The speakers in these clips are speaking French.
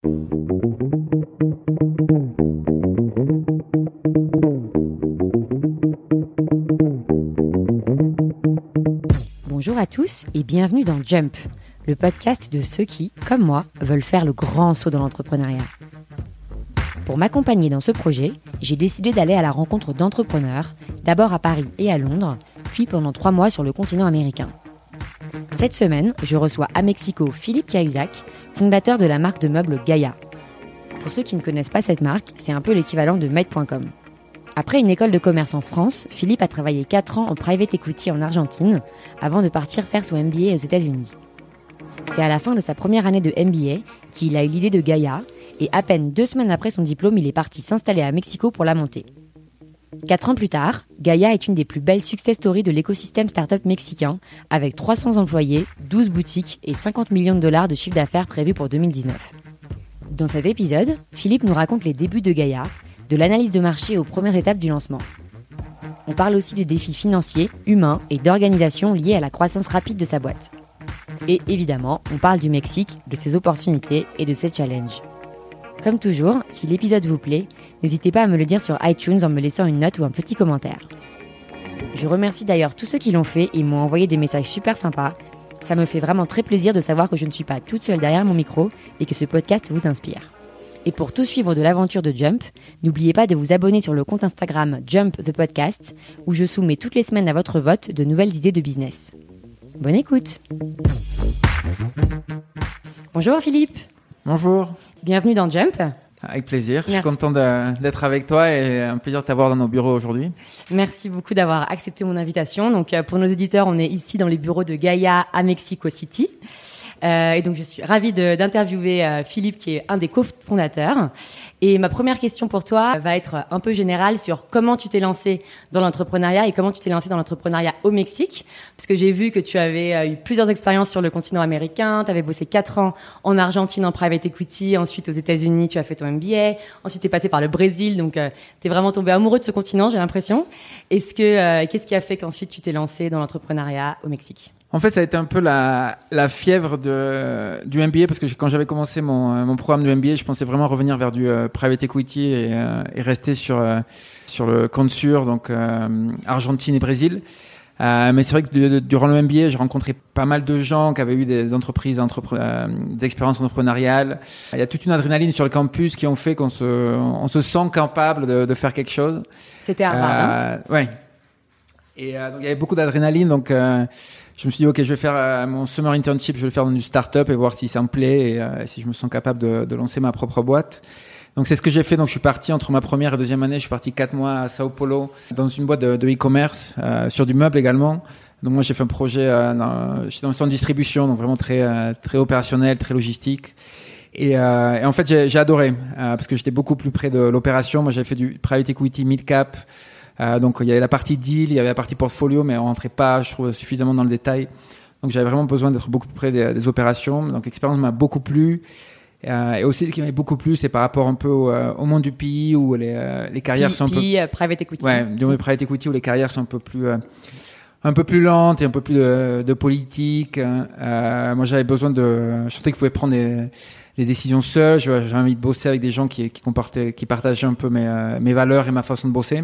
Bonjour à tous et bienvenue dans Jump, le podcast de ceux qui, comme moi, veulent faire le grand saut dans l'entrepreneuriat. Pour m'accompagner dans ce projet, j'ai décidé d'aller à la rencontre d'entrepreneurs, d'abord à Paris et à Londres, puis pendant 3 mois sur le continent américain. Cette semaine, je reçois à Mexico Philippe Cahuzac, fondateur de la marque de meubles Gaia. Pour ceux qui ne connaissent pas cette marque, c'est un peu l'équivalent de Made.com. Après une école de commerce en France, Philippe a travaillé 4 ans en private equity en Argentine, avant de partir faire son MBA aux États-Unis. C'est à la fin de sa première année de MBA qu'il a eu l'idée de Gaia, et à peine 2 semaines après son diplôme, il est parti s'installer à Mexico pour la monter. 4 ans plus tard, Gaia est une des plus belles success stories de l'écosystème startup mexicain, avec 300 employés, 12 boutiques et 50 millions de dollars de chiffre d'affaires prévus pour 2019. Dans cet épisode, Philippe nous raconte les débuts de Gaia, de l'analyse de marché aux premières étapes du lancement. On parle aussi des défis financiers, humains et d'organisation liés à la croissance rapide de sa boîte. Et évidemment, on parle du Mexique, de ses opportunités et de ses challenges. Comme toujours, si l'épisode vous plaît, n'hésitez pas à me le dire sur iTunes en me laissant une note ou un petit commentaire. Je remercie d'ailleurs tous ceux qui l'ont fait et m'ont envoyé des messages super sympas. Ça me fait vraiment très plaisir de savoir que je ne suis pas toute seule derrière mon micro et que ce podcast vous inspire. Et pour tout suivre de l'aventure de Jump, n'oubliez pas de vous abonner sur le compte Instagram Jump the Podcast, où je soumets toutes les semaines à votre vote de nouvelles idées de business. Bonne écoute. Bonjour Philippe. Bonjour. Bienvenue dans Jump. Avec plaisir. Merci. Je suis content d'être avec toi et un plaisir de t'avoir dans nos bureaux aujourd'hui. Merci beaucoup d'avoir accepté mon invitation. Donc, pour nos auditeurs, on est ici dans les bureaux de Gaia à Mexico City. Et donc, je suis ravie d'interviewer Philippe, qui est un des cofondateurs. Et ma première question pour toi va être un peu générale sur comment tu t'es lancé dans l'entrepreneuriat et comment tu t'es lancé dans l'entrepreneuriat au Mexique. Parce que j'ai vu que tu avais eu plusieurs expériences sur le continent américain. Tu avais bossé 4 ans en Argentine en private equity. Ensuite, aux États-Unis, tu as fait ton MBA. Ensuite, tu es passé par le Brésil. Donc, tu es vraiment tombé amoureux de ce continent, j'ai l'impression. Qu'est-ce qui a fait qu'ensuite tu t'es lancé dans l'entrepreneuriat au Mexique ? En fait, ça a été un peu la fièvre du MBA parce que quand j'avais commencé mon programme de MBA, je pensais vraiment revenir vers du private equity et rester sur le compte sûr, donc Argentine et Brésil. Mais c'est vrai que durant le MBA, j'ai rencontré pas mal de gens qui avaient eu des entreprises, des expériences entrepreneuriales. Il y a toute une adrénaline sur le campus qui ont fait qu'on se sent capable de faire quelque chose. C'était Harvard. Ouais. Et donc il y avait beaucoup d'adrénaline, donc je me suis dit ok, je vais faire mon summer internship, je vais le faire dans une start-up et voir si ça me plaît et si je me sens capable de lancer ma propre boîte. Donc c'est ce que j'ai fait. Donc je suis parti entre ma première et deuxième année, je suis parti 4 mois à Sao Paulo dans une boîte de e-commerce sur du meuble également. Donc moi j'ai fait un projet, j'étais dans le centre de distribution, donc vraiment très très opérationnel, très logistique. Et en fait j'ai adoré parce que j'étais beaucoup plus près de l'opération. Moi j'avais fait du private equity mid cap. Donc il y avait la partie deal, il y avait la partie portfolio, mais on rentrait pas, je trouve, suffisamment dans le détail. Donc j'avais vraiment besoin d'être beaucoup plus près des opérations. Donc l'expérience m'a beaucoup plu. Et aussi ce qui m'a beaucoup plu, c'est par rapport un peu au monde du pays où les carrières sont un peu private equity. Ouais, du private equity où les carrières sont un peu plus lentes et un peu plus de politique. Moi j'avais besoin je sentais que je pouvais prendre les décisions seul. J'avais envie de bosser avec des gens qui partageaient un peu mes valeurs et ma façon de bosser.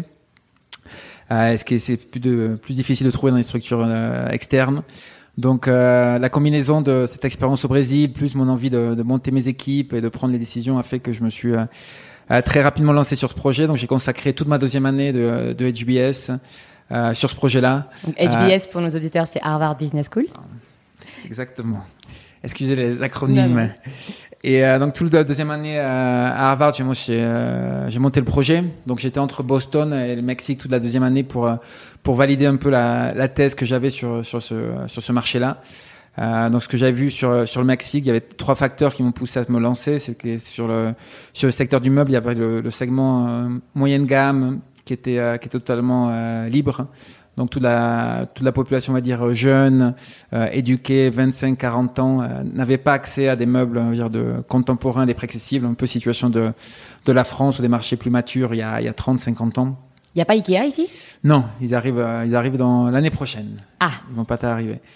Ce qui c'est plus difficile de trouver dans les structures externes. Donc la combinaison de cette expérience au Brésil plus mon envie de monter mes équipes et de prendre les décisions a fait que je me suis très rapidement lancé sur ce projet. Donc j'ai consacré toute ma deuxième année de HBS sur ce projet-là. Donc, HBS pour nos auditeurs, c'est Harvard Business School. Exactement. Excusez les acronymes. Non. Et donc toute la deuxième année à Harvard, j'ai monté le projet. Donc j'étais entre Boston et le Mexique toute la deuxième année pour valider un peu la thèse que j'avais sur ce marché-là. Donc ce que j'avais vu sur le Mexique, il y avait 3 facteurs qui m'ont poussé à me lancer. C'est que sur le secteur du meuble, il y avait le segment moyenne gamme qui était totalement libre. Donc toute la population, on va dire jeune, éduquée, 25-40 ans, n'avait pas accès à des meubles, on va dire, de contemporains, des préaccessibles, un peu situation de la France ou des marchés plus matures il y a 30-50 ans. Il n'y a pas Ikea ici ? Non, ils arrivent dans l'année prochaine. Ah. Ils vont pas t'arriver.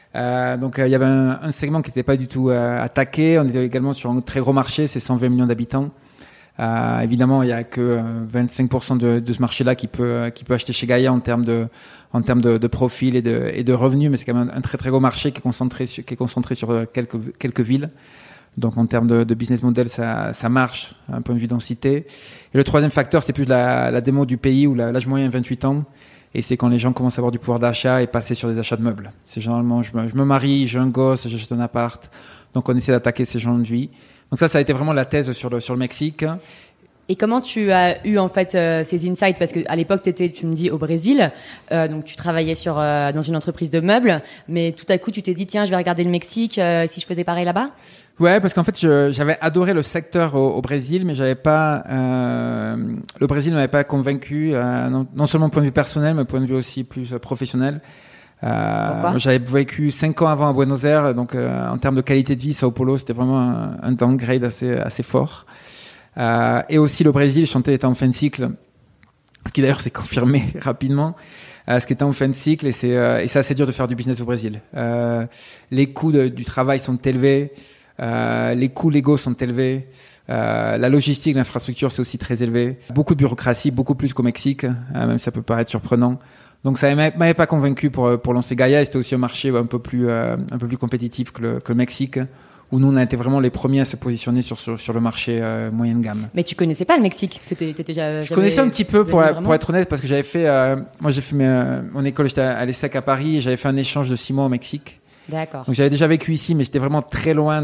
Donc il y avait un segment qui n'était pas du tout attaqué. On était également sur un très gros marché, c'est 120 millions d'habitants. Évidemment, il y a que 25% de ce marché-là qui peut acheter chez Gaïa en termes de profil et de revenus, mais c'est quand même un très très gros marché qui est concentré sur quelques villes. Donc en termes de business model, ça marche d'un point de vue densité. Et le troisième facteur, c'est plus la démo du pays où l'âge moyen est 28 ans. Et c'est quand les gens commencent à avoir du pouvoir d'achat et passer sur des achats de meubles. C'est généralement, je me marie, j'ai un gosse, j'achète un appart. Donc on essaie d'attaquer ces gens de vie. Donc ça a été vraiment la thèse sur le Mexique. Et comment tu as eu en fait ces insights? Parce que à l'époque tu me dis au Brésil, donc tu travaillais dans une entreprise de meubles, mais tout à coup tu t'es dit tiens je vais regarder le Mexique si je faisais pareil là-bas. Ouais, parce qu'en fait j'avais adoré le secteur au Brésil, mais j'avais pas le Brésil ne m'avait pas convaincu, non seulement point de vue personnel, mais point de vue aussi plus professionnel. Pourquoi? J'avais vécu 5 ans avant à Buenos Aires, donc en termes de qualité de vie, Sao Paulo c'était vraiment un downgrade assez fort. Et aussi le Brésil, Chanté était en fin de cycle, ce qui d'ailleurs s'est confirmé rapidement, ce qui était en fin de cycle, et c'est assez dur de faire du business au Brésil. Les coûts du travail sont élevés, les coûts légaux sont élevés, la logistique, l'infrastructure c'est aussi très élevé, beaucoup de bureaucratie, beaucoup plus qu'au Mexique, même si ça peut paraître surprenant. Donc ça m'avait pas convaincu pour lancer Gaïa, et c'était aussi un marché un peu plus compétitif que le Mexique, où nous on a été vraiment les premiers à se positionner sur le marché moyenne gamme. Mais tu connaissais pas le Mexique? Je connaissais un petit peu pour être honnête, parce que j'avais fait moi j'ai fait mon école, j'étais à l'ESSEC à Paris, et j'avais fait un échange de 6 mois au Mexique. D'accord. Donc j'avais déjà vécu ici, mais j'étais vraiment très loin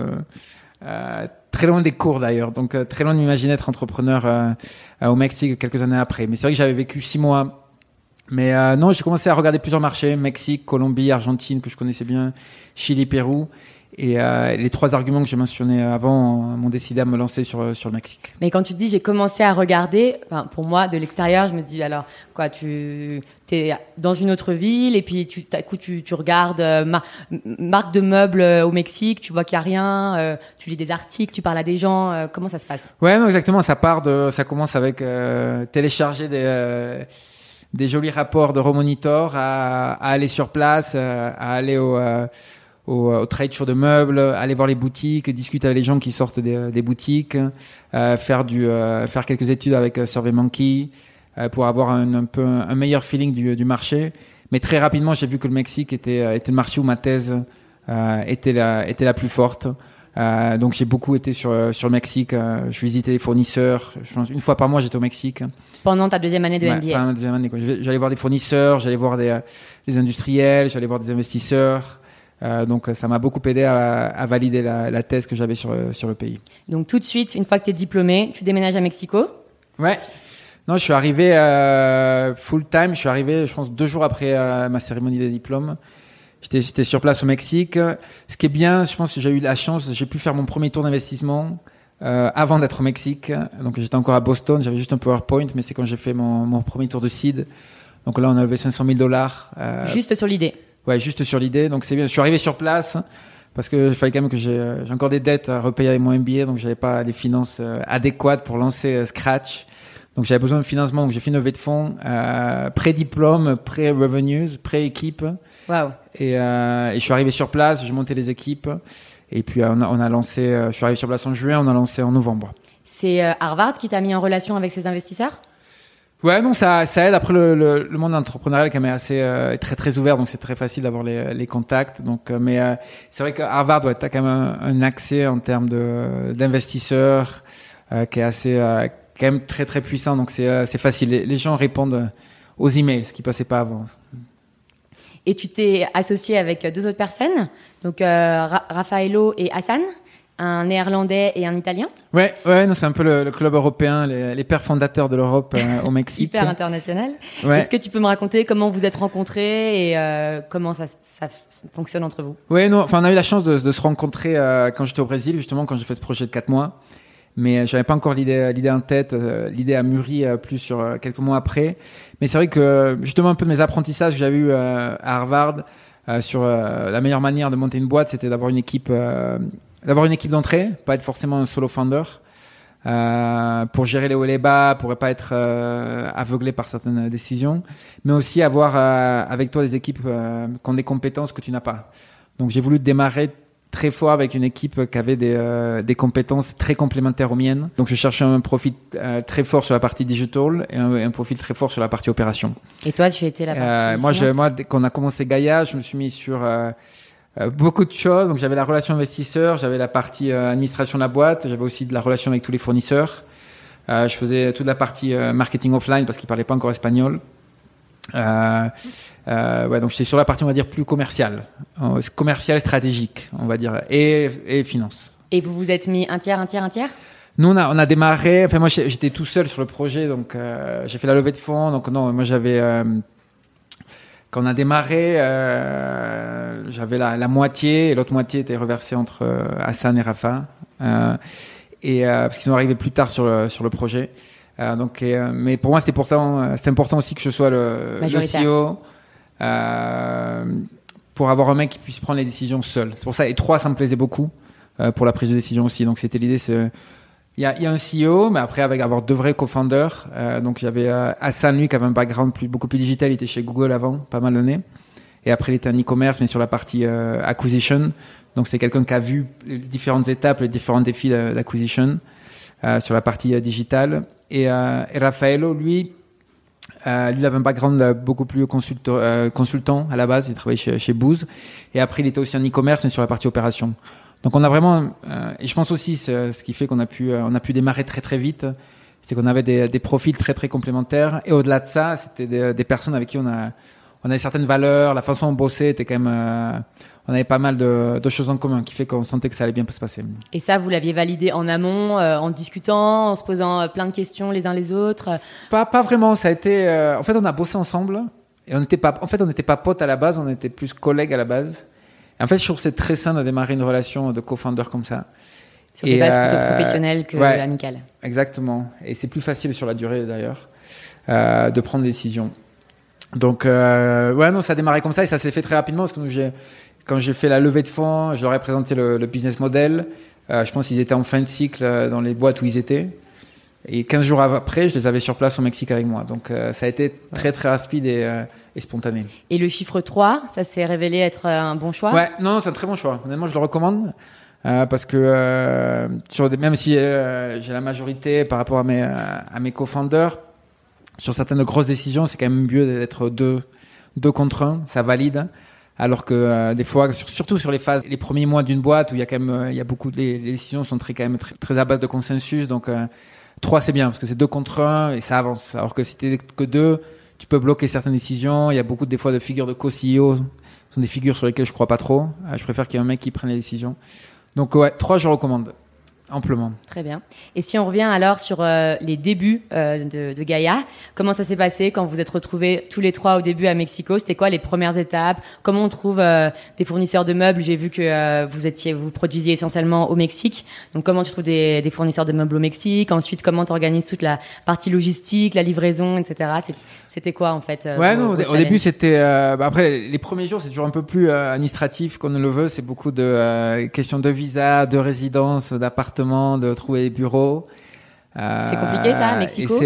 des cours d'ailleurs, donc très loin de m'imaginer être entrepreneur au Mexique quelques années après. Mais c'est vrai que j'avais vécu 6 mois. Mais non, j'ai commencé à regarder plusieurs marchés, Mexique, Colombie, Argentine, que je connaissais bien, Chili, Pérou. Et les 3 arguments que j'ai mentionnés avant m'ont décidé à me lancer sur le Mexique. Mais quand tu dis j'ai commencé à regarder, pour moi de l'extérieur, je me dis alors quoi, tu es dans une autre ville et puis tu regardes marque de meubles au Mexique, tu vois qu'il y a rien, tu lis des articles, tu parles à des gens, comment ça se passe? Ouais, non, exactement. Ça commence avec télécharger des jolis rapports de Romonitor, à aller sur place, à aller au trade show de meubles, aller voir les boutiques, discuter avec les gens qui sortent des boutiques, faire quelques études avec SurveyMonkey pour avoir un meilleur feeling du marché. Mais très rapidement, j'ai vu que le Mexique était le marché où ma thèse était la plus forte. Donc j'ai beaucoup été sur le Mexique. Je visitais les fournisseurs. Je pense une fois par mois, j'étais au Mexique. Pendant ta deuxième année de MBA. Pendant la deuxième année, quoi. J'allais voir des fournisseurs, j'allais voir des industriels, j'allais voir des investisseurs. Donc ça m'a beaucoup aidé à valider la thèse que j'avais sur le pays. Donc tout de suite, une fois que tu es diplômé, tu déménages à Mexico? Ouais. Non, je suis arrivé full time. Je suis arrivé, je pense, 2 jours après ma cérémonie des diplômes. J'étais sur place au Mexique. Ce qui est bien, je pense que j'ai eu la chance, j'ai pu faire mon premier tour d'investissement avant d'être au Mexique. Donc j'étais encore à Boston, j'avais juste un PowerPoint, mais c'est quand j'ai fait mon premier tour de seed. Donc là, on a levé $500,000. Juste sur l'idée? Ouais, juste sur l'idée. Donc c'est bien. Je suis arrivé sur place parce que il fallait quand même que j'ai encore des dettes à repayer avec mon MBA, donc j'avais pas les finances adéquates pour lancer Scratch. Donc j'avais besoin de financement, donc j'ai fait une levée de fonds pré-diplôme, pré-revenues, pré-équipe. Wow. Et je suis arrivé sur place, j'ai monté les équipes, et puis on a lancé. Je suis arrivé sur place en juin, on a lancé en novembre. C'est Harvard qui t'a mis en relation avec ces investisseurs? Ouais, non, ça aide. Après, le monde entrepreneurial est quand même assez très très ouvert, donc c'est très facile d'avoir les contacts. Donc, mais c'est vrai qu'à Harvard, ouais, t'as quand même un accès en termes d'investisseurs qui est assez quand même très très puissant. Donc c'est facile. Les gens répondent aux emails, ce qui passait pas avant. Et tu t'es associé avec 2 autres personnes, donc Raffaello et Hassan, un Néerlandais et un Italien. Ouais, non, c'est un peu le club européen, les pères fondateurs de l'Europe au Mexique. Hyper international. Ouais. Est-ce que tu peux me raconter comment vous êtes rencontrés et comment ça fonctionne entre vous? Ouais, non, enfin on a eu la chance de se rencontrer quand j'étais au Brésil, justement quand j'ai fait ce projet de 4 mois. Mais j'avais pas encore l'idée en tête. L'idée a mûri plus sur quelques mois après. Mais c'est vrai que justement un peu de mes apprentissages que j'avais eu à Harvard sur la meilleure manière de monter une boîte, c'était d'avoir une équipe d'entrée, pas être forcément un solo founder. pour gérer les hauts et les bas, pour ne pas être aveuglé par certaines décisions, mais aussi avoir avec toi des équipes qui ont des compétences que tu n'as pas. Donc j'ai voulu démarrer très fort avec une équipe qui avait des compétences très complémentaires aux miennes. Donc je cherchais un profil très fort sur la partie digital et un profil très fort sur la partie opération. Et toi, tu étais la partie moi, quand on a commencé Gaïa, je me suis mis sur beaucoup de choses. Donc j'avais la relation investisseur, j'avais la partie administration de la boîte, j'avais aussi de la relation avec tous les fournisseurs. Je faisais toute la partie marketing offline parce qu'ils parlaient pas encore espagnol. Donc j'étais sur la partie, on va dire, plus commerciale et stratégique, on va dire, et finance. Et vous vous êtes mis un tiers? Nous, on a démarré. Enfin, moi, j'étais tout seul sur le projet, donc j'ai fait la levée de fonds. Donc non, moi j'avais. Quand on a démarré, j'avais la moitié et l'autre moitié était reversée entre Hassan et Rafa, parce qu'ils sont arrivés plus tard sur le projet. Mais pour moi, c'était important aussi que je sois le CEO pour avoir un mec qui puisse prendre les décisions seul. C'est pour ça, et 3, ça me plaisait beaucoup pour la prise de décision aussi. Donc c'était l'idée, il y a un CEO, mais après avoir 2 vrais co-founders. Donc il y avait Hassan, lui, qui avait un background beaucoup plus digital. Il était chez Google avant, pas mal d'années. Et après, il était en e-commerce, mais sur la partie acquisition. Donc c'est quelqu'un qui a vu les différentes étapes, les différents défis d'acquisition sur la partie digitale. Et Raffaello, lui avait un background beaucoup plus consultant à la base. Il travaillait chez Booz. Et après, il était aussi en e-commerce, mais sur la partie opération. Donc on a vraiment, et je pense aussi ce qui fait qu'on a pu démarrer très très vite, c'est qu'on avait des profils très très complémentaires. Et au-delà de ça, c'était des personnes avec qui on avait certaines valeurs. La façon dont on bossait était quand même, on avait pas mal de choses en commun, qui fait qu'on sentait que ça allait bien se passer. Et ça, vous l'aviez validé en amont, en discutant, en se posant plein de questions les uns les autres? Pas vraiment. Ça a été, en fait, on a bossé ensemble et on n'était pas potes à la base, on était plus collègues à la base. Et en fait, je trouve que c'est très sain de démarrer une relation de co-founder comme ça. Sur des bases plutôt professionnelles que amicales. Exactement. Et c'est plus facile sur la durée d'ailleurs de prendre des décisions. Donc, ça a démarré comme ça et ça s'est fait très rapidement parce que quand j'ai fait la levée de fonds, je leur ai présenté le business model. Je pense qu'ils étaient en fin de cycle dans les boîtes où ils étaient. Et 15 jours après, je les avais sur place au Mexique avec moi. Donc, ça a été très, très rapide et spontané. Et le chiffre 3, ça s'est révélé être un bon choix? Ouais, non, c'est un très bon choix. Honnêtement, je le recommande. Parce que même si j'ai la majorité par rapport à mes co-founders, sur certaines grosses décisions, c'est quand même mieux d'être deux contre un. Ça valide. Alors que des fois, surtout sur les premiers mois d'une boîte où il y a quand même, il y a beaucoup les décisions sont quand même très à base de consensus. Donc 3 c'est bien parce que c'est 2 contre 1 et ça avance. Alors que si t'es que 2, tu peux bloquer certaines décisions. Il y a beaucoup des fois de figures de co-CEO, ce sont des figures sur lesquelles je crois pas trop. Je préfère qu'il y ait un mec qui prenne les décisions. Donc 3 je recommande amplement. Très bien. Et si on revient alors sur les débuts de Gaïa, comment ça s'est passé quand vous vous êtes retrouvés tous les 3 au début à Mexico? C'était quoi les premières étapes? Comment on trouve des fournisseurs de meubles? J'ai vu que vous produisiez essentiellement au Mexique. Donc comment tu trouves des fournisseurs de meubles au Mexique? Ensuite, comment tu organises toute la partie logistique, la livraison, etc. C'était quoi en fait au début c'était après les premiers jours c'est toujours un peu plus administratif qu'on ne le veut. C'est beaucoup de questions de visa, de résidence, d'appartement, de trouver des bureaux. C'est compliqué ça, à Mexico?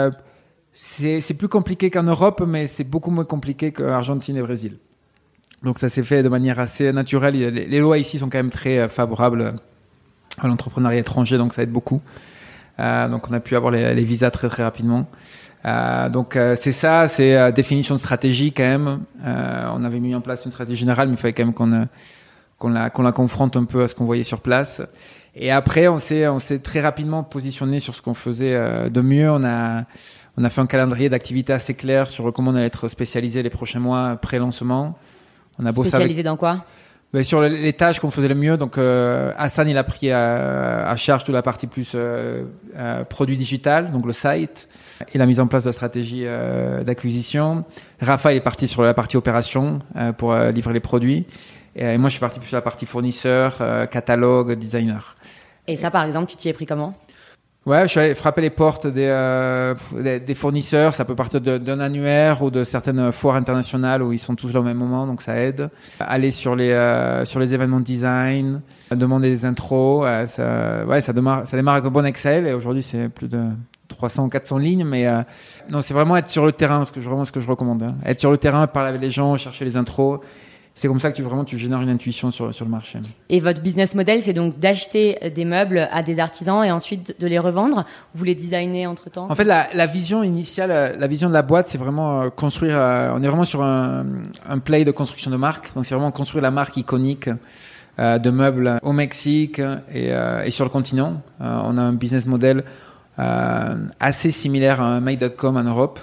C'est plus compliqué qu'en Europe, mais c'est beaucoup moins compliqué qu'Argentine et Brésil. Donc ça s'est fait de manière assez naturelle. Les lois ici sont quand même très favorables à l'entrepreneuriat étranger, donc ça aide beaucoup. Donc on a pu avoir les visas très très rapidement. Donc c'est ça, c'est définition de stratégie quand même. On avait mis en place une stratégie générale, mais il fallait quand même qu'on la confronte un peu à ce qu'on voyait sur place. Et après, on s'est très rapidement positionné sur ce qu'on faisait de mieux. On a fait un calendrier d'activités assez clair sur comment on allait être spécialisé les prochains mois pré-lancement. On a bossé spécialisé dans quoi? Sur les tâches qu'on faisait le mieux. Donc Hassan, il a pris à charge toute la partie plus produit digital, donc le site, et la mise en place de la stratégie d'acquisition. Rafa, il est parti sur la partie opération pour livrer les produits. Et moi, je suis parti plus sur la partie fournisseur, catalogue, designer. Et ça, par exemple, tu t'y es pris comment? Ouais, je suis allé frapper les portes des fournisseurs. Ça peut partir d'un annuaire ou de certaines foires internationales où ils sont tous là au même moment, donc ça aide. Aller sur les événements de design, demander des intros. Ça démarre avec un bon Excel. Et aujourd'hui, c'est plus de 300 ou 400 lignes. Mais non, c'est vraiment être sur le terrain, ce que je recommande. Hein. Être sur le terrain, parler avec les gens, chercher les intros. C'est comme ça que tu génères une intuition sur le marché. Et votre business model, c'est donc d'acheter des meubles à des artisans et ensuite de les revendre. Vous les designez entre-temps? En fait, la vision initiale, la vision de la boîte, c'est vraiment construire. On est vraiment sur un play de construction de marque. Donc, c'est vraiment construire la marque iconique de meubles au Mexique et sur le continent. On a un business model assez similaire à un Make.com en Europe.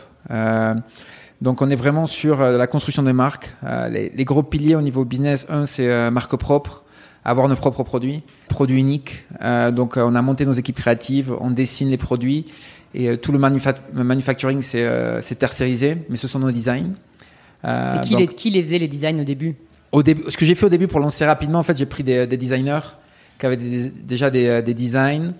Donc, on est vraiment sur la construction des marques. Les gros piliers au niveau business, c'est marque propre, avoir nos propres produits uniques. Donc, on a monté nos équipes créatives, on dessine les produits et tout le manufacturing, c'est tercérisé, mais ce sont nos designs. Et qui les faisait les designs au début? Ce que j'ai fait au début pour lancer rapidement, en fait, j'ai pris des designers qui avaient déjà des designs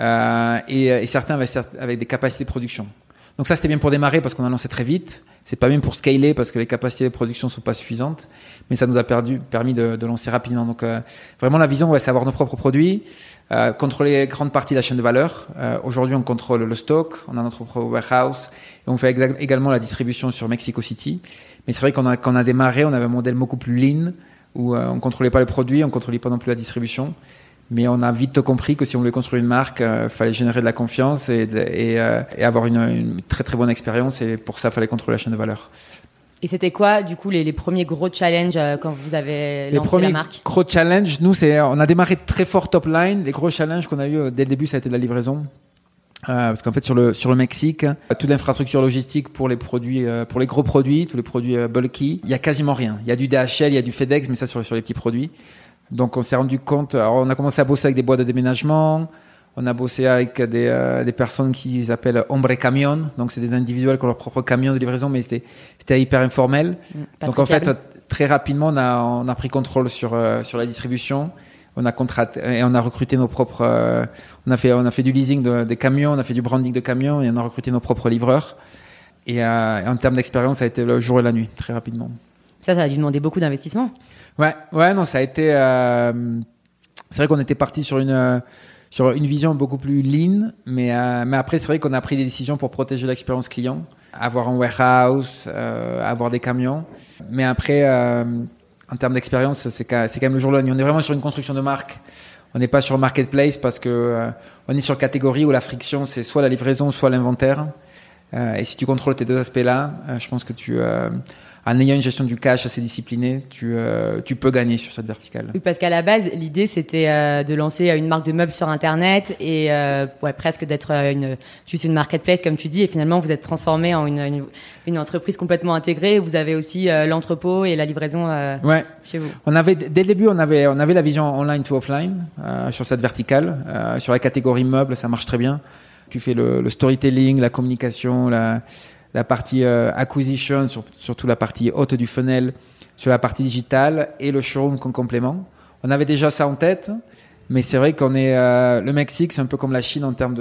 et certains avec des capacités de production. Donc ça, c'était bien pour démarrer parce qu'on a lancé très vite. C'est pas bien pour scaler parce que les capacités de production sont pas suffisantes, mais ça nous a permis de lancer rapidement. Donc vraiment la vision, c'est avoir nos propres produits, contrôler grande partie de la chaîne de valeur. Aujourd'hui, on contrôle le stock, on a notre propre warehouse et on fait également la distribution sur Mexico City. Mais c'est vrai quand on a démarré, on avait un modèle beaucoup plus lean où on contrôlait pas les produits, on contrôlait pas non plus la distribution. Mais on a vite compris que si on voulait construire une marque, fallait générer de la confiance et avoir une très très bonne expérience. Et pour ça, fallait contrôler la chaîne de valeur. Et c'était quoi, du coup, les premiers gros challenges quand vous avez lancé la marque? Les premiers gros challenges, nous, on a démarré très fort top line. Les gros challenges qu'on a eu dès le début, ça a été de la livraison. Parce qu'en fait, sur le Mexique, toute l'infrastructure logistique pour les produits, pour les gros produits, tous les produits bulky, il y a quasiment rien. Il y a du DHL, il y a du FedEx, mais ça sur les petits produits. Donc, on s'est rendu compte. Alors, on a commencé à bosser avec des boîtes de déménagement. On a bossé avec des personnes qui appellent hombre camion. Donc, c'est des individuels qui ont leur propre camion de livraison, mais c'était hyper informel. Donc, en fait, très rapidement, on a pris contrôle sur la distribution. On a recruté nos propres. On a fait du leasing des camions, on a fait du branding de camions et on a recruté nos propres livreurs. Et en termes d'expérience, ça a été le jour et la nuit, très rapidement. Ça a dû demander beaucoup d'investissement. Ouais, non, ça a été. C'est vrai qu'on était parti sur une vision beaucoup plus lean, mais après, c'est vrai qu'on a pris des décisions pour protéger l'expérience client, avoir un warehouse, avoir des camions. Mais après, en termes d'expérience, c'est quand même le jour et la nuit. On est vraiment sur une construction de marque. On n'est pas sur marketplace parce que on est sur catégorie où la friction, c'est soit la livraison, soit l'inventaire. Et si tu contrôles tes deux aspects-là, je pense que en ayant une gestion du cash assez disciplinée, tu peux gagner sur cette verticale. Oui, parce qu'à la base, l'idée, c'était de lancer une marque de meubles sur Internet et presque d'être juste une marketplace, comme tu dis. Et finalement, vous êtes transformé en une entreprise complètement intégrée. Vous avez aussi l'entrepôt et la livraison chez vous. Dès le début, on avait la vision online to offline sur cette verticale. Sur la catégorie meubles, ça marche très bien. Tu fais le storytelling, la communication, la partie acquisition, surtout la partie haute du funnel, sur la partie digitale et le showroom comme complément. On avait déjà ça en tête, mais c'est vrai qu'on est le Mexique, c'est un peu comme la Chine en termes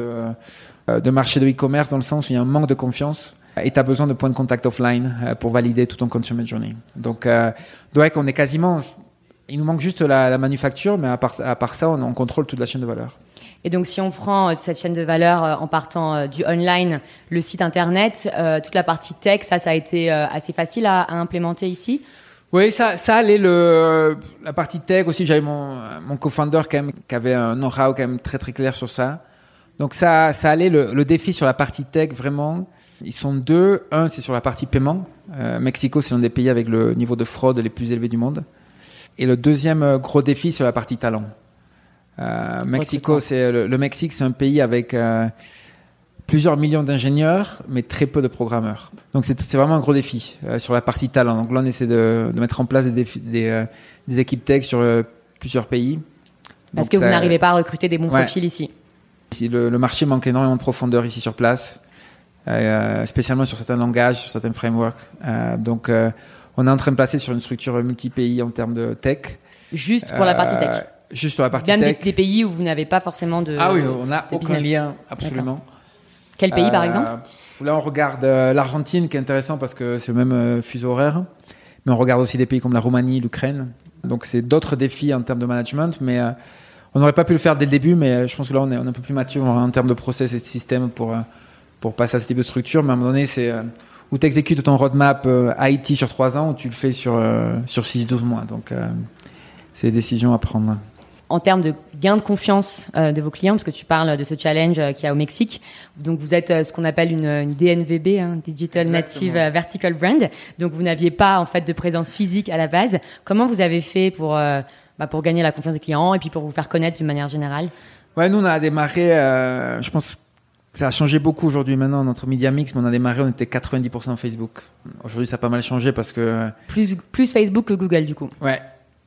de marché de e-commerce, dans le sens où il y a un manque de confiance et tu as besoin de points de contact offline pour valider tout ton consumer journey. Donc, qu'on est quasiment. Il nous manque juste la manufacture, mais à part ça, on contrôle toute la chaîne de valeur. Et donc, si on prend cette chaîne de valeur en partant du online, le site internet, toute la partie tech, ça a été assez facile à implémenter ici? Oui, ça allait. La partie tech aussi, j'avais mon co-founder quand même qui avait un know-how quand même très très clair sur ça. Donc ça allait. Le défi sur la partie tech, vraiment, ils sont deux. Un, c'est sur la partie paiement. Mexico, c'est l'un des pays avec le niveau de fraude les plus élevés du monde. Et le deuxième gros défi, c'est la partie talent. Mexico, le Mexique, c'est un pays avec plusieurs millions d'ingénieurs, mais très peu de programmeurs. Donc c'est vraiment un gros défi sur la partie talent. Donc là, on essaie de mettre en place des équipes tech sur plusieurs pays. Parce que vous n'arrivez pas à recruter des bons profils ici. Le marché manque énormément de profondeur ici sur place, spécialement sur certains langages, sur certains frameworks. On est en train de placer sur une structure multi-pays en termes de tech. Juste pour la partie tech. Juste sur la partie même tech. des pays où vous n'avez pas forcément de Ah oui, on n'a aucun business. lien, absolument. D'accord. Quel pays, par exemple? Là, on regarde l'Argentine, qui est intéressant parce que c'est le même fuseau horaire. Mais on regarde aussi des pays comme la Roumanie, l'Ukraine. Donc, c'est d'autres défis en termes de management. Mais on n'aurait pas pu le faire dès le début. Mais je pense que là, on est un peu plus mature en termes de process et de système pour passer à ce type de structure. Mais à un moment donné, c'est où tu exécutes ton roadmap IT sur 3 ans ou tu le fais sur 6-12 mois. Donc, c'est des décisions à prendre. En termes de gain de confiance de vos clients, parce que tu parles de ce challenge qu'il y a au Mexique. Donc, vous êtes ce qu'on appelle une DNVB, Digital Native Vertical Brand. Donc, vous n'aviez pas, en fait, de présence physique à la base. Comment vous avez fait pour gagner la confiance des clients et puis pour vous faire connaître d'une manière générale? Ouais, nous, on a démarré, je pense que ça a changé beaucoup aujourd'hui maintenant, notre media mix, mais on a démarré, on était 90% Facebook. Aujourd'hui, ça a pas mal changé parce que... Plus Facebook que Google, du coup. Ouais.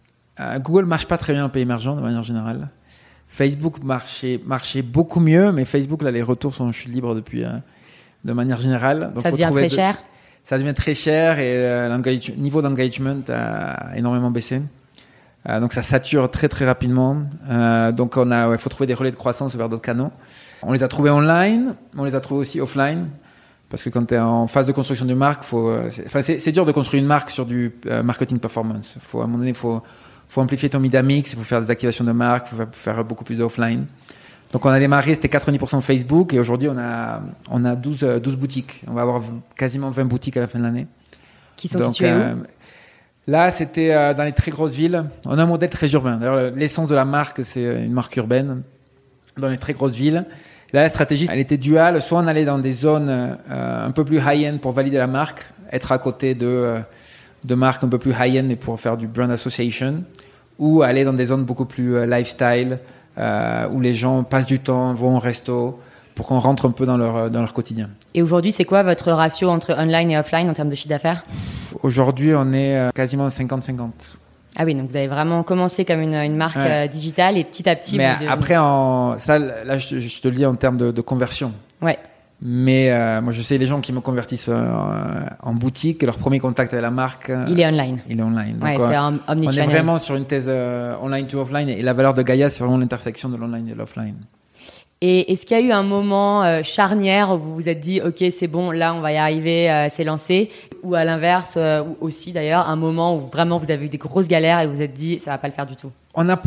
Google marche pas très bien en pays émergents de manière générale. Facebook marchait beaucoup mieux, mais Facebook, là, les retours sont en chute libre depuis, de manière générale. Donc, ça devient très cher. Ça devient très cher et le niveau d'engagement a énormément baissé. Donc, ça sature très, très rapidement. Donc, faut trouver des relais de croissance vers d'autres canaux. On les a trouvés online, mais on les a trouvés aussi offline. Parce que quand tu es en phase de construction d'une marque, c'est dur de construire une marque sur du marketing performance. À un moment donné, il faut amplifier ton media mix, il faut faire des activations de marque, il faut faire beaucoup plus d'offline. Donc on a démarré, c'était 90% Facebook et aujourd'hui on a 12 boutiques. On va avoir quasiment 20 boutiques à la fin de l'année. Qui sont situées où? Là, c'était dans les très grosses villes. On a un modèle très urbain. D'ailleurs, l'essence de la marque, c'est une marque urbaine dans les très grosses villes. Là, la stratégie, elle était duale. Soit on allait dans des zones un peu plus high-end pour valider la marque, être à côté de marques un peu plus high-end et pour faire du brand association, ou aller dans des zones beaucoup plus lifestyle, où les gens passent du temps, vont au resto, pour qu'on rentre un peu dans leur quotidien. Et aujourd'hui, c'est quoi votre ratio entre online et offline en termes de chiffre d'affaires? Aujourd'hui, on est quasiment 50-50. Ah oui, donc vous avez vraiment commencé comme une marque digitale et petit à petit... Mais après, là, je te le dis en termes de conversion. Ouais. Mais moi, je sais les gens qui me convertissent en boutique, leur premier contact avec la marque... il est online. Il est online. Ouais, donc, c'est omnichannel. On est vraiment sur une thèse online to offline. Et la valeur de Gaïa, c'est vraiment l'intersection de l'online et de l'offline. Et est-ce qu'il y a eu un moment charnière où vous vous êtes dit, OK, c'est bon, là, on va y arriver, c'est lancé? Ou à l'inverse, ou aussi d'ailleurs, un moment où vraiment vous avez eu des grosses galères et vous vous êtes dit, ça va pas le faire du tout? On n'a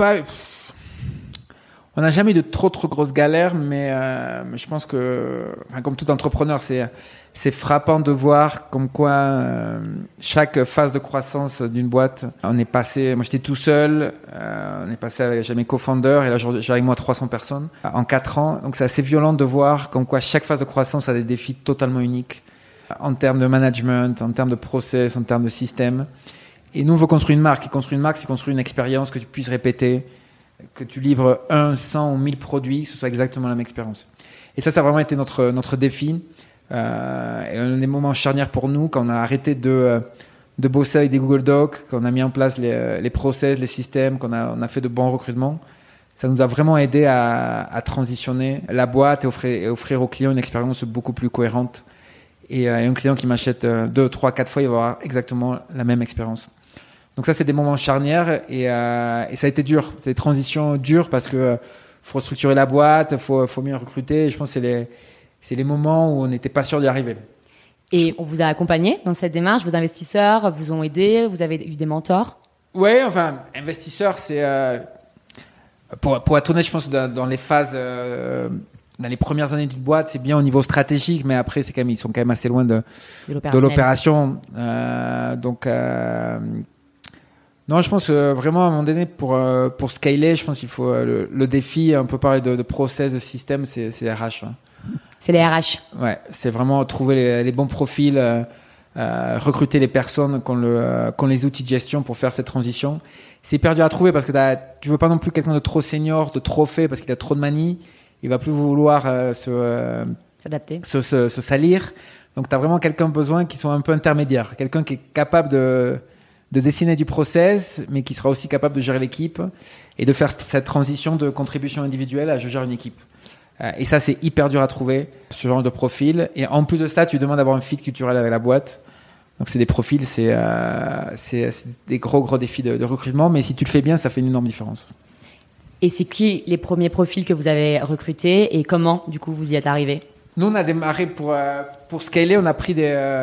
jamais eu de trop grosses galères, mais je pense que, comme tout entrepreneur, c'est frappant de voir comme quoi chaque phase de croissance d'une boîte, on est passé, moi j'étais tout seul, on est passé avec mes co-founders et là j'ai avec moi 300 personnes en 4 ans. Donc c'est assez violent de voir comme quoi chaque phase de croissance a des défis totalement uniques en termes de management, en termes de process, en termes de système. Et nous on veut construire une marque. Et construire une marque, c'est construire une expérience que tu puisses répéter, que tu livres 1, 100 ou 1000 produits, que ce soit exactement la même expérience. Et ça a vraiment été notre défi. Et un des moments charnières pour nous, quand on a arrêté de bosser avec des Google Docs, quand on a mis en place les process, les systèmes, qu'on a fait de bons recrutements, ça nous a vraiment aidé à transitionner la boîte et offrir aux clients une expérience beaucoup plus cohérente. Et un client qui m'achète 2, 3, 4 fois, il va avoir exactement la même expérience. Donc ça, c'est des moments charnières et ça a été dur. C'est des transitions dures parce que faut restructurer la boîte, faut mieux recruter. Et je pense que c'est les moments où on n'était pas sûr d'y arriver. Et on vous a accompagné dans cette démarche? Vos investisseurs vous ont aidé? Vous avez eu des mentors? Oui, enfin, investisseurs, c'est... pour être honnête, je pense que dans les phases... dans les premières années d'une boîte, c'est bien au niveau stratégique, mais après, ils sont quand même assez loin de l'opération. Non, je pense vraiment à un moment donné pour scaler, je pense qu'il faut le défi. On peut parler de process, de système, c'est RH. Hein. C'est les RH. Ouais, c'est vraiment trouver les bons profils, recruter les personnes qui ont les outils de gestion pour faire cette transition. C'est hyper dur à trouver parce que tu veux pas non plus quelqu'un de trop senior, de trop fait parce qu'il a trop de manie. Il va plus vouloir s'adapter, se salir. Donc, tu as vraiment quelqu'un besoin qui soit un peu intermédiaire. Quelqu'un qui est capable de dessiner du process, mais qui sera aussi capable de gérer l'équipe et de faire cette transition de contribution individuelle à je gère une équipe. Et ça, c'est hyper dur à trouver, ce genre de profil. Et en plus de ça, tu demandes d'avoir un fit culturel avec la boîte. Donc, c'est des profils, c'est des gros défis de recrutement. Mais si tu le fais bien, ça fait une énorme différence. Et c'est qui les premiers profils que vous avez recrutés et comment, du coup, vous y êtes arrivé? Nous, on a démarré pour scaler, on a pris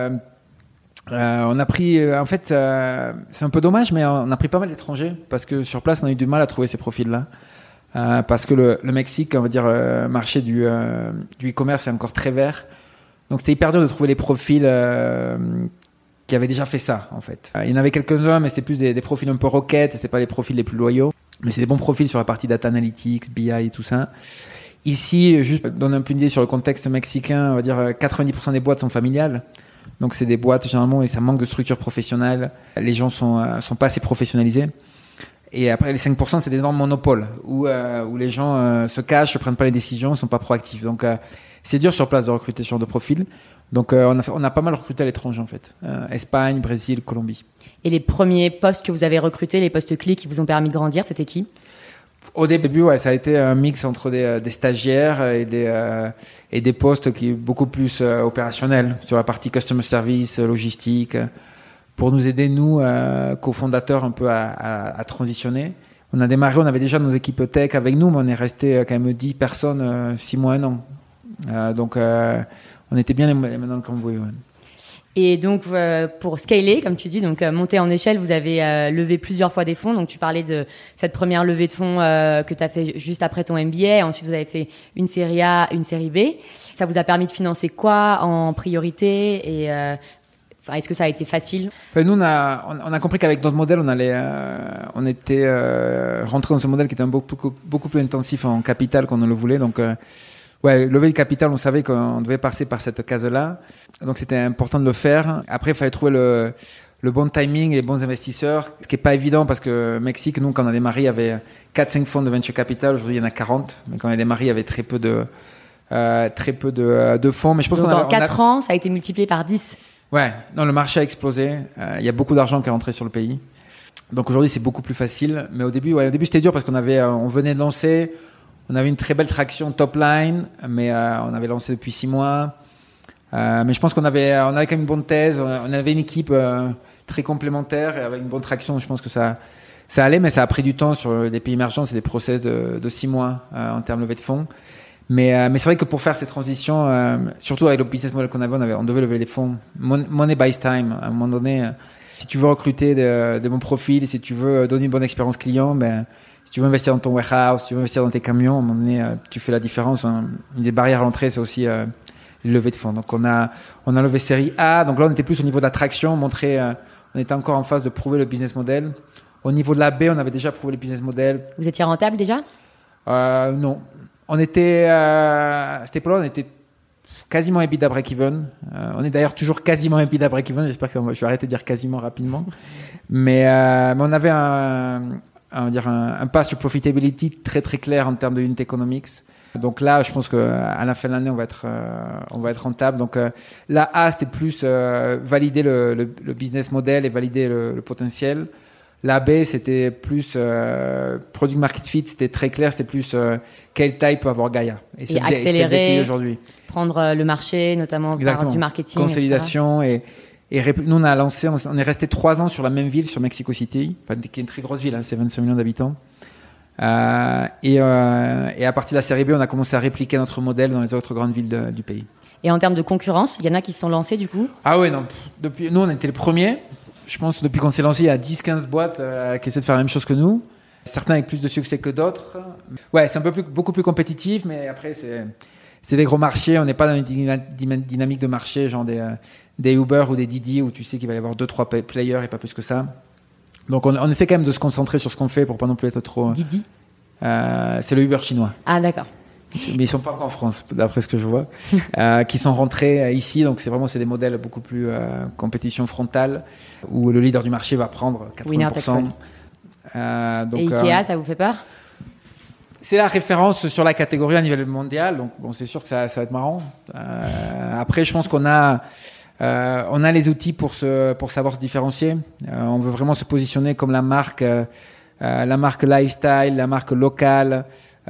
en fait, c'est un peu dommage, mais on a pris pas mal d'étrangers parce que sur place, on a eu du mal à trouver ces profils-là. Parce que le Mexique, on va dire, marché du e-commerce est encore très vert. Donc, c'était hyper dur de trouver les profils qui avaient déjà fait ça, en fait. Il y en avait quelques-uns, mais c'était plus des profils un peu roquettes, c'était pas les profils les plus loyaux. Mais c'est des bons profils sur la partie data analytics, BI et tout ça. Ici, juste pour donner un peu une idée sur le contexte mexicain, on va dire 90% des boîtes sont familiales. Donc, c'est des boîtes, généralement, et ça manque de structure professionnelle. Les gens sont pas assez professionnalisés. Et après, les 5%, c'est des énormes monopoles où les gens se cachent, ne prennent pas les décisions, ne sont pas proactifs. Donc, c'est dur sur place de recruter ce genre de profil. Donc, on a pas mal recruté à l'étranger, en fait. Espagne, Brésil, Colombie. Et les premiers postes que vous avez recrutés, les postes clés qui vous ont permis de grandir, c'était qui? Au début, ouais, ça a été un mix entre des stagiaires et des postes qui beaucoup plus opérationnels sur la partie customer service, logistique, pour nous aider, nous, cofondateurs, un peu à transitionner. On a démarré, on avait déjà nos équipes tech avec nous, mais on est resté quand même 10 personnes, 6 mois, 1 an. Donc, on était bien les mains dans le cambouis. Ouais. Et donc, pour scaler, comme tu dis, donc monter en échelle, vous avez levé plusieurs fois des fonds. Donc, tu parlais de cette première levée de fonds que tu as fait juste après ton MBA. Ensuite, vous avez fait une série A, une série B. Ça vous a permis de financer quoi en priorité? Et est-ce que ça a été facile? Nous, on a compris qu'avec notre modèle, on était rentré dans ce modèle qui était beaucoup plus intensif en capital qu'on ne le voulait. Donc, lever le capital, on savait qu'on devait passer par cette case-là. Donc, c'était important de le faire. Après, il fallait trouver le bon timing et les bons investisseurs, ce qui n'est pas évident parce que Mexique, nous, quand on a démarré, il y avait 4-5 fonds de venture capital. Aujourd'hui, il y en a 40. Mais quand on a démarré, il y avait très peu de fonds. Mais je pense donc, en 4 ans, ça a été multiplié par 10. Ouais, non, le marché a explosé. Il y a beaucoup d'argent qui est rentré sur le pays. Donc, aujourd'hui, c'est beaucoup plus facile. Mais au début, c'était dur parce qu'on venait de lancer. On avait une très belle traction top line, mais on avait lancé depuis 6 mois. Mais je pense qu'on avait quand même une bonne thèse. On avait une équipe très complémentaire et avec une bonne traction. Je pense que ça allait, mais ça a pris du temps sur des pays émergents. C'est des process de 6 mois en termes de levée de fonds. Mais c'est vrai que pour faire ces transitions, surtout avec le business model qu'on avait, on devait lever les fonds. Money buys time. À un moment donné, si tu veux recruter des bons profils, si tu veux donner une bonne expérience client, si tu veux investir dans ton warehouse, si tu veux investir dans tes camions, à un moment donné, tu fais la différence. Une des barrières à l'entrée, c'est aussi les levées de fonds. Donc, on a levé série A. Donc là, on était plus au niveau d'attraction, on était encore en phase de prouver le business model. Au niveau de la B, on avait déjà prouvé le business model. Vous étiez rentable déjà? Non. On était, à cette époque-là, on était quasiment EBITDA break-even. On est d'ailleurs toujours quasiment EBITDA break-even. J'espère que je vais arrêter de dire quasiment rapidement. Mais on avait un path to profitability très très clair en termes de unit economics. Donc là, je pense qu'à la fin de l'année, on va être rentable. Donc la A, c'était plus valider le business model et valider le potentiel. La B, c'était plus product market fit, c'était très clair, c'était plus quelle taille peut avoir Gaia. Et accélérer, le défi aujourd'hui. Prendre le marché, notamment par du marketing. Consolidation et nous, on est resté 3 ans sur la même ville, sur Mexico City, qui est une très grosse ville, c'est 25 millions d'habitants. Et à partir de la série B, on a commencé à répliquer notre modèle dans les autres grandes villes du pays. Et en termes de concurrence, il y en a qui se sont lancés du coup? Ah oui, non. Nous, on était les premiers. Je pense depuis qu'on s'est lancé, il y a 10-15 boîtes qui essaient de faire la même chose que nous. Certains avec plus de succès que d'autres. Ouais, c'est beaucoup plus compétitif, mais après, c'est des gros marchés. On n'est pas dans une dynamique de marché, genre des Uber ou des Didi, où tu sais qu'il va y avoir 2-3 players et pas plus que ça. Donc, on essaie quand même de se concentrer sur ce qu'on fait pour pas non plus être trop... Didi c'est le Uber chinois. Ah, d'accord. Mais ils sont pas encore en France, d'après ce que je vois, qui sont rentrés ici. Donc, c'est des modèles beaucoup plus compétition frontale, où le leader du marché va prendre 80%. Et Ikea, ça vous fait peur? C'est la référence sur la catégorie à niveau mondial. Donc, bon, c'est sûr que ça va être marrant. Après, je pense qu'on a les outils pour savoir se différencier. On veut vraiment se positionner comme la marque lifestyle, la marque locale,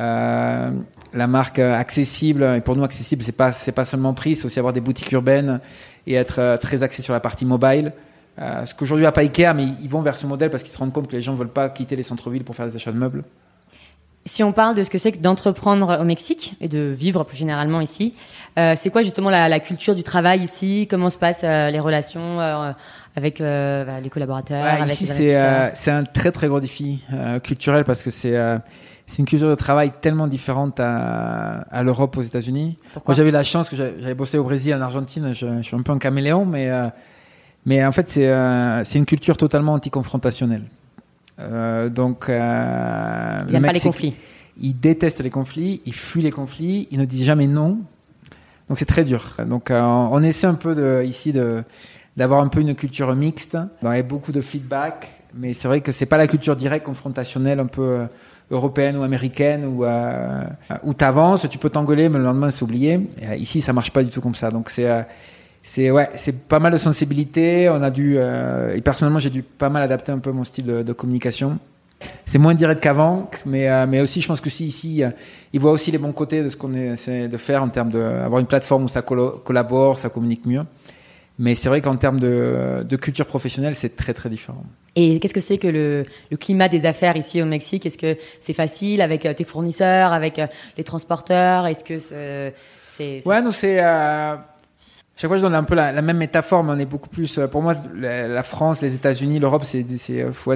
la marque accessible. Et pour nous, accessible, c'est pas seulement prix, c'est aussi avoir des boutiques urbaines et être très axé sur la partie mobile. Ce qu'aujourd'hui n'a pas Ikea, mais ils vont vers ce modèle parce qu'ils se rendent compte que les gens ne veulent pas quitter les centres-villes pour faire des achats de meubles. Si on parle de ce que c'est que d'entreprendre au Mexique et de vivre plus généralement ici, c'est quoi justement la culture du travail ici? Comment se passent les relations avec les collaborateurs, avec ici, les investisseurs? c'est un très très gros défi culturel parce que c'est une culture de travail tellement différente à l'Europe, aux États-Unis. Pourquoi? Moi, j'avais la chance que j'avais bossé au Brésil, en Argentine. Je suis un peu un caméléon, mais en fait, c'est une culture totalement anti-confrontationnelle. Donc, Ils n'aiment pas les conflits. Ils détestent les conflits, ils fuient les conflits, ils ne disent jamais non. Donc, c'est très dur. Donc, on essaie un peu ici d'avoir un peu une culture mixte. Il y a beaucoup de feedback, mais c'est vrai que c'est pas la culture directe confrontationnelle un peu européenne ou américaine où t'avances, tu peux t'engueuler, mais le lendemain c'est oublié. Et, ici, ça marche pas du tout comme ça. Donc c'est pas mal de sensibilité. On a dû et personnellement j'ai dû pas mal adapter un peu mon style de communication. C'est moins direct qu'avant, mais aussi je pense que ici ils voient aussi les bons côtés de ce qu'on essaie de faire en termes d'avoir une plateforme où ça collabore, ça communique mieux. Mais c'est vrai qu'en termes de culture professionnelle, c'est très très différent. Et qu'est-ce que c'est que le climat des affaires ici au Mexique? Est-ce que c'est facile avec tes fournisseurs, avec les transporteurs? Est-ce que c'est... Ouais, non, c'est... chaque fois, je donne un peu la même métaphore, mais on est beaucoup plus... pour moi, la France, les États-Unis, l'Europe, faut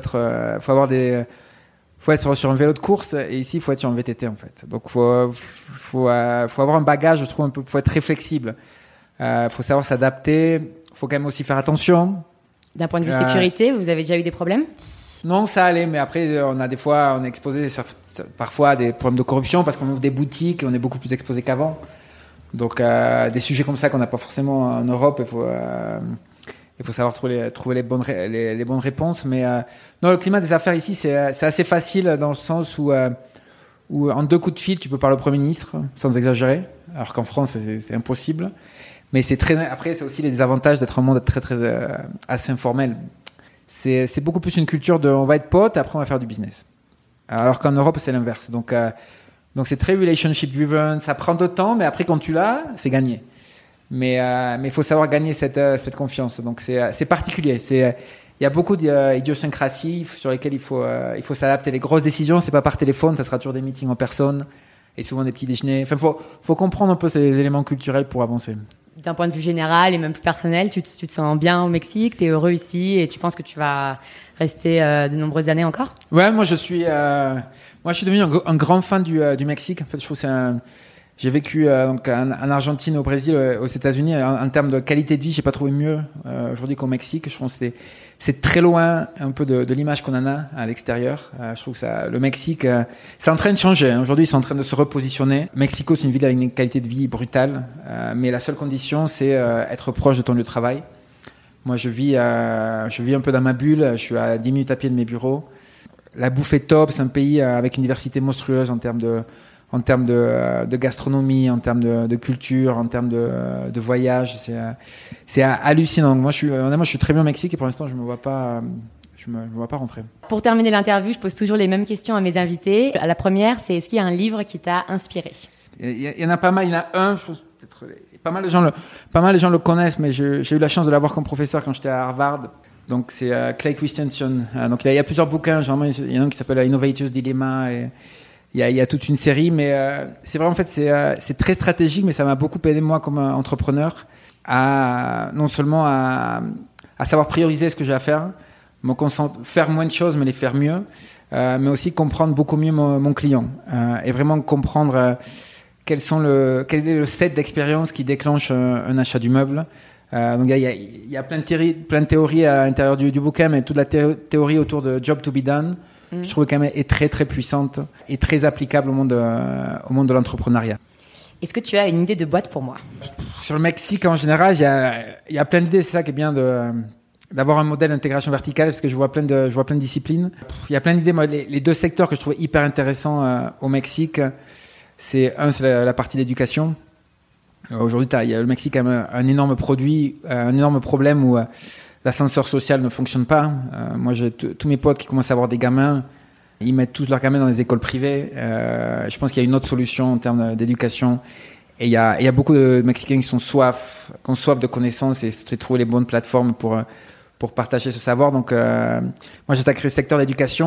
être sur un vélo de course, et ici, il faut être sur un VTT, en fait. Donc, faut avoir un bagage, je trouve, faut être très flexible. Faut savoir s'adapter. Faut quand même aussi faire attention. D'un point de vue sécurité, vous avez déjà eu des problèmes? Non, ça allait, mais après, on est exposé parfois à des problèmes de corruption parce qu'on ouvre des boutiques et on est beaucoup plus exposé qu'avant. Donc, des sujets comme ça qu'on n'a pas forcément en Europe, il faut savoir trouver les bonnes réponses. Mais non, le climat des affaires ici, c'est assez facile dans le sens où en 2 coups de fil, tu peux parler au Premier ministre, sans exagérer, alors qu'en France, c'est impossible. Mais après, c'est aussi les désavantages d'être un monde très, très assez informel. C'est beaucoup plus une culture de on va être potes, après on va faire du business. Alors qu'en Europe, c'est l'inverse. Donc c'est très relationship driven. Ça prend de temps, mais après, quand tu l'as, c'est gagné. Mais il faut savoir gagner cette confiance. Donc c'est particulier. Il y a beaucoup d'idiosyncrasies sur lesquelles il faut s'adapter. Les grosses décisions, c'est pas par téléphone, ça sera toujours des meetings en personne et souvent des petits déjeuners. Enfin, faut comprendre un peu ces éléments culturels pour avancer. D'un point de vue général et même plus personnel, tu te sens bien au Mexique, tu es heureux ici et tu penses que tu vas rester de nombreuses années encore? Ouais, moi je suis devenu un grand fan du Mexique. En fait, je trouve que j'ai vécu donc en Argentine, au Brésil, aux États-Unis. En termes de qualité de vie, j'ai pas trouvé mieux aujourd'hui qu'au Mexique. Je pense que c'est très loin un peu de l'image qu'on en a à l'extérieur. Je trouve que le Mexique, c'est en train de changer. Aujourd'hui, ils sont en train de se repositionner. Mexico, c'est une ville avec une qualité de vie brutale, mais la seule condition, c'est être proche de ton lieu de travail. Moi, je vis un peu dans ma bulle. Je suis à 10 minutes à pied de mes bureaux. La bouffe est top. C'est un pays avec une diversité monstrueuse en termes de gastronomie, en termes de culture, en termes de voyage. C'est hallucinant. Moi, je suis très bien au Mexique et pour l'instant, je me vois pas rentrer. Pour terminer l'interview, je pose toujours les mêmes questions à mes invités. La première, c'est est-ce qu'il y a un livre qui t'a inspiré? Il y en a pas mal. Il y en a un, je pense, peut-être, pas mal de gens le connaissent, mais j'ai eu la chance de l'avoir comme professeur quand j'étais à Harvard. Donc, c'est Clay Christensen. Donc, il y a plusieurs bouquins. Genre, il y en a un qui s'appelle Innovator's Dilemma et il y a toute une série, mais c'est vraiment, en fait, c'est très stratégique, mais ça m'a beaucoup aidé, moi, comme entrepreneur, non seulement à savoir prioriser ce que j'ai à faire, faire moins de choses, mais les faire mieux, mais aussi comprendre beaucoup mieux mon client, et vraiment comprendre quel est le set d'expériences qui déclenche un achat du meuble. Donc il y a plein de théories à l'intérieur du bouquin, mais toute la théorie autour de Job to be done, je trouve quand même est très très puissante et très applicable au monde de l'entrepreneuriat. Est-ce que tu as une idée de boîte pour moi? Sur le Mexique en général, il y a plein d'idées. C'est ça qui est bien d'avoir un modèle d'intégration verticale, parce que je vois plein de disciplines. Il y a plein d'idées. Moi, les 2 secteurs que je trouve hyper intéressants au Mexique, c'est la partie d'éducation. Aujourd'hui, le Mexique a un énorme problème où l'ascenseur social ne fonctionne pas. Moi, j'ai tous mes potes qui commencent à avoir des gamins. Ils mettent tous leurs gamins dans les écoles privées. Je pense qu'il y a une autre solution en termes d'éducation. Et il y a beaucoup de Mexicains qui ont soif de connaissances et c'est trouver les bonnes plateformes pour partager ce savoir. Donc, moi, j'attaquerai le secteur d'éducation.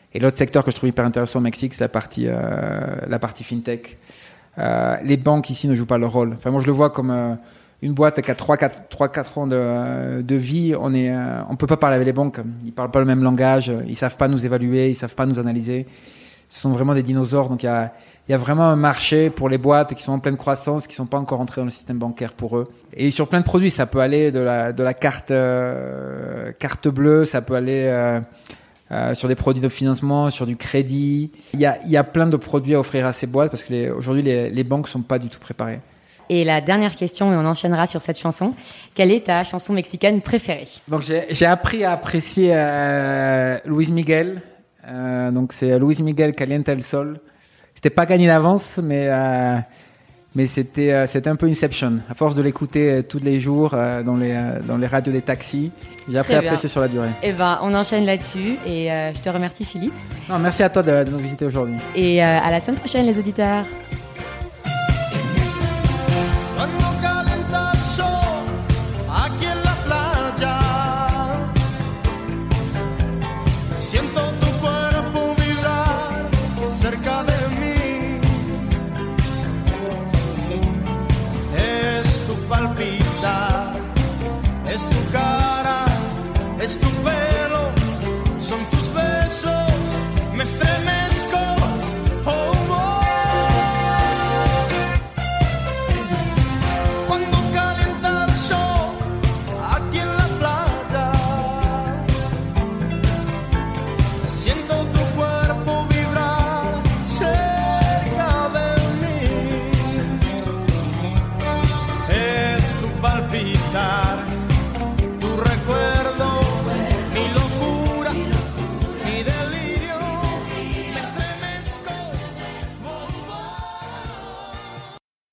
Et l'autre secteur que je trouve hyper intéressant au Mexique, c'est la partie fintech. Les banques ici ne jouent pas leur rôle. Enfin, moi, je le vois comme une boîte qui a 3-4 ans de vie. On peut pas parler avec les banques. Ils parlent pas le même langage. Ils savent pas nous évaluer. Ils savent pas nous analyser. Ce sont vraiment des dinosaures. Donc, il y a vraiment un marché pour les boîtes qui sont en pleine croissance, qui sont pas encore entrées dans le système bancaire pour eux. Et sur plein de produits, ça peut aller de la carte bleue, ça peut aller sur des produits de financement, sur du crédit. Il y a plein de produits à offrir à ces boîtes parce que aujourd'hui, les banques sont pas du tout préparées. Et la dernière question, et on enchaînera sur cette chanson. Quelle est ta chanson mexicaine préférée? Donc, j'ai appris à apprécier Luis Miguel. Donc, c'est Luis Miguel, Calienta el Sol. C'était pas gagné d'avance, mais c'était un peu Inception. À force de l'écouter tous les jours dans les radios des taxis, j'ai appris à apprécier sur la durée. Eh ben, on enchaîne là-dessus et je te remercie Philippe. Non, merci à toi de nous visiter aujourd'hui. Et à la semaine prochaine les auditeurs.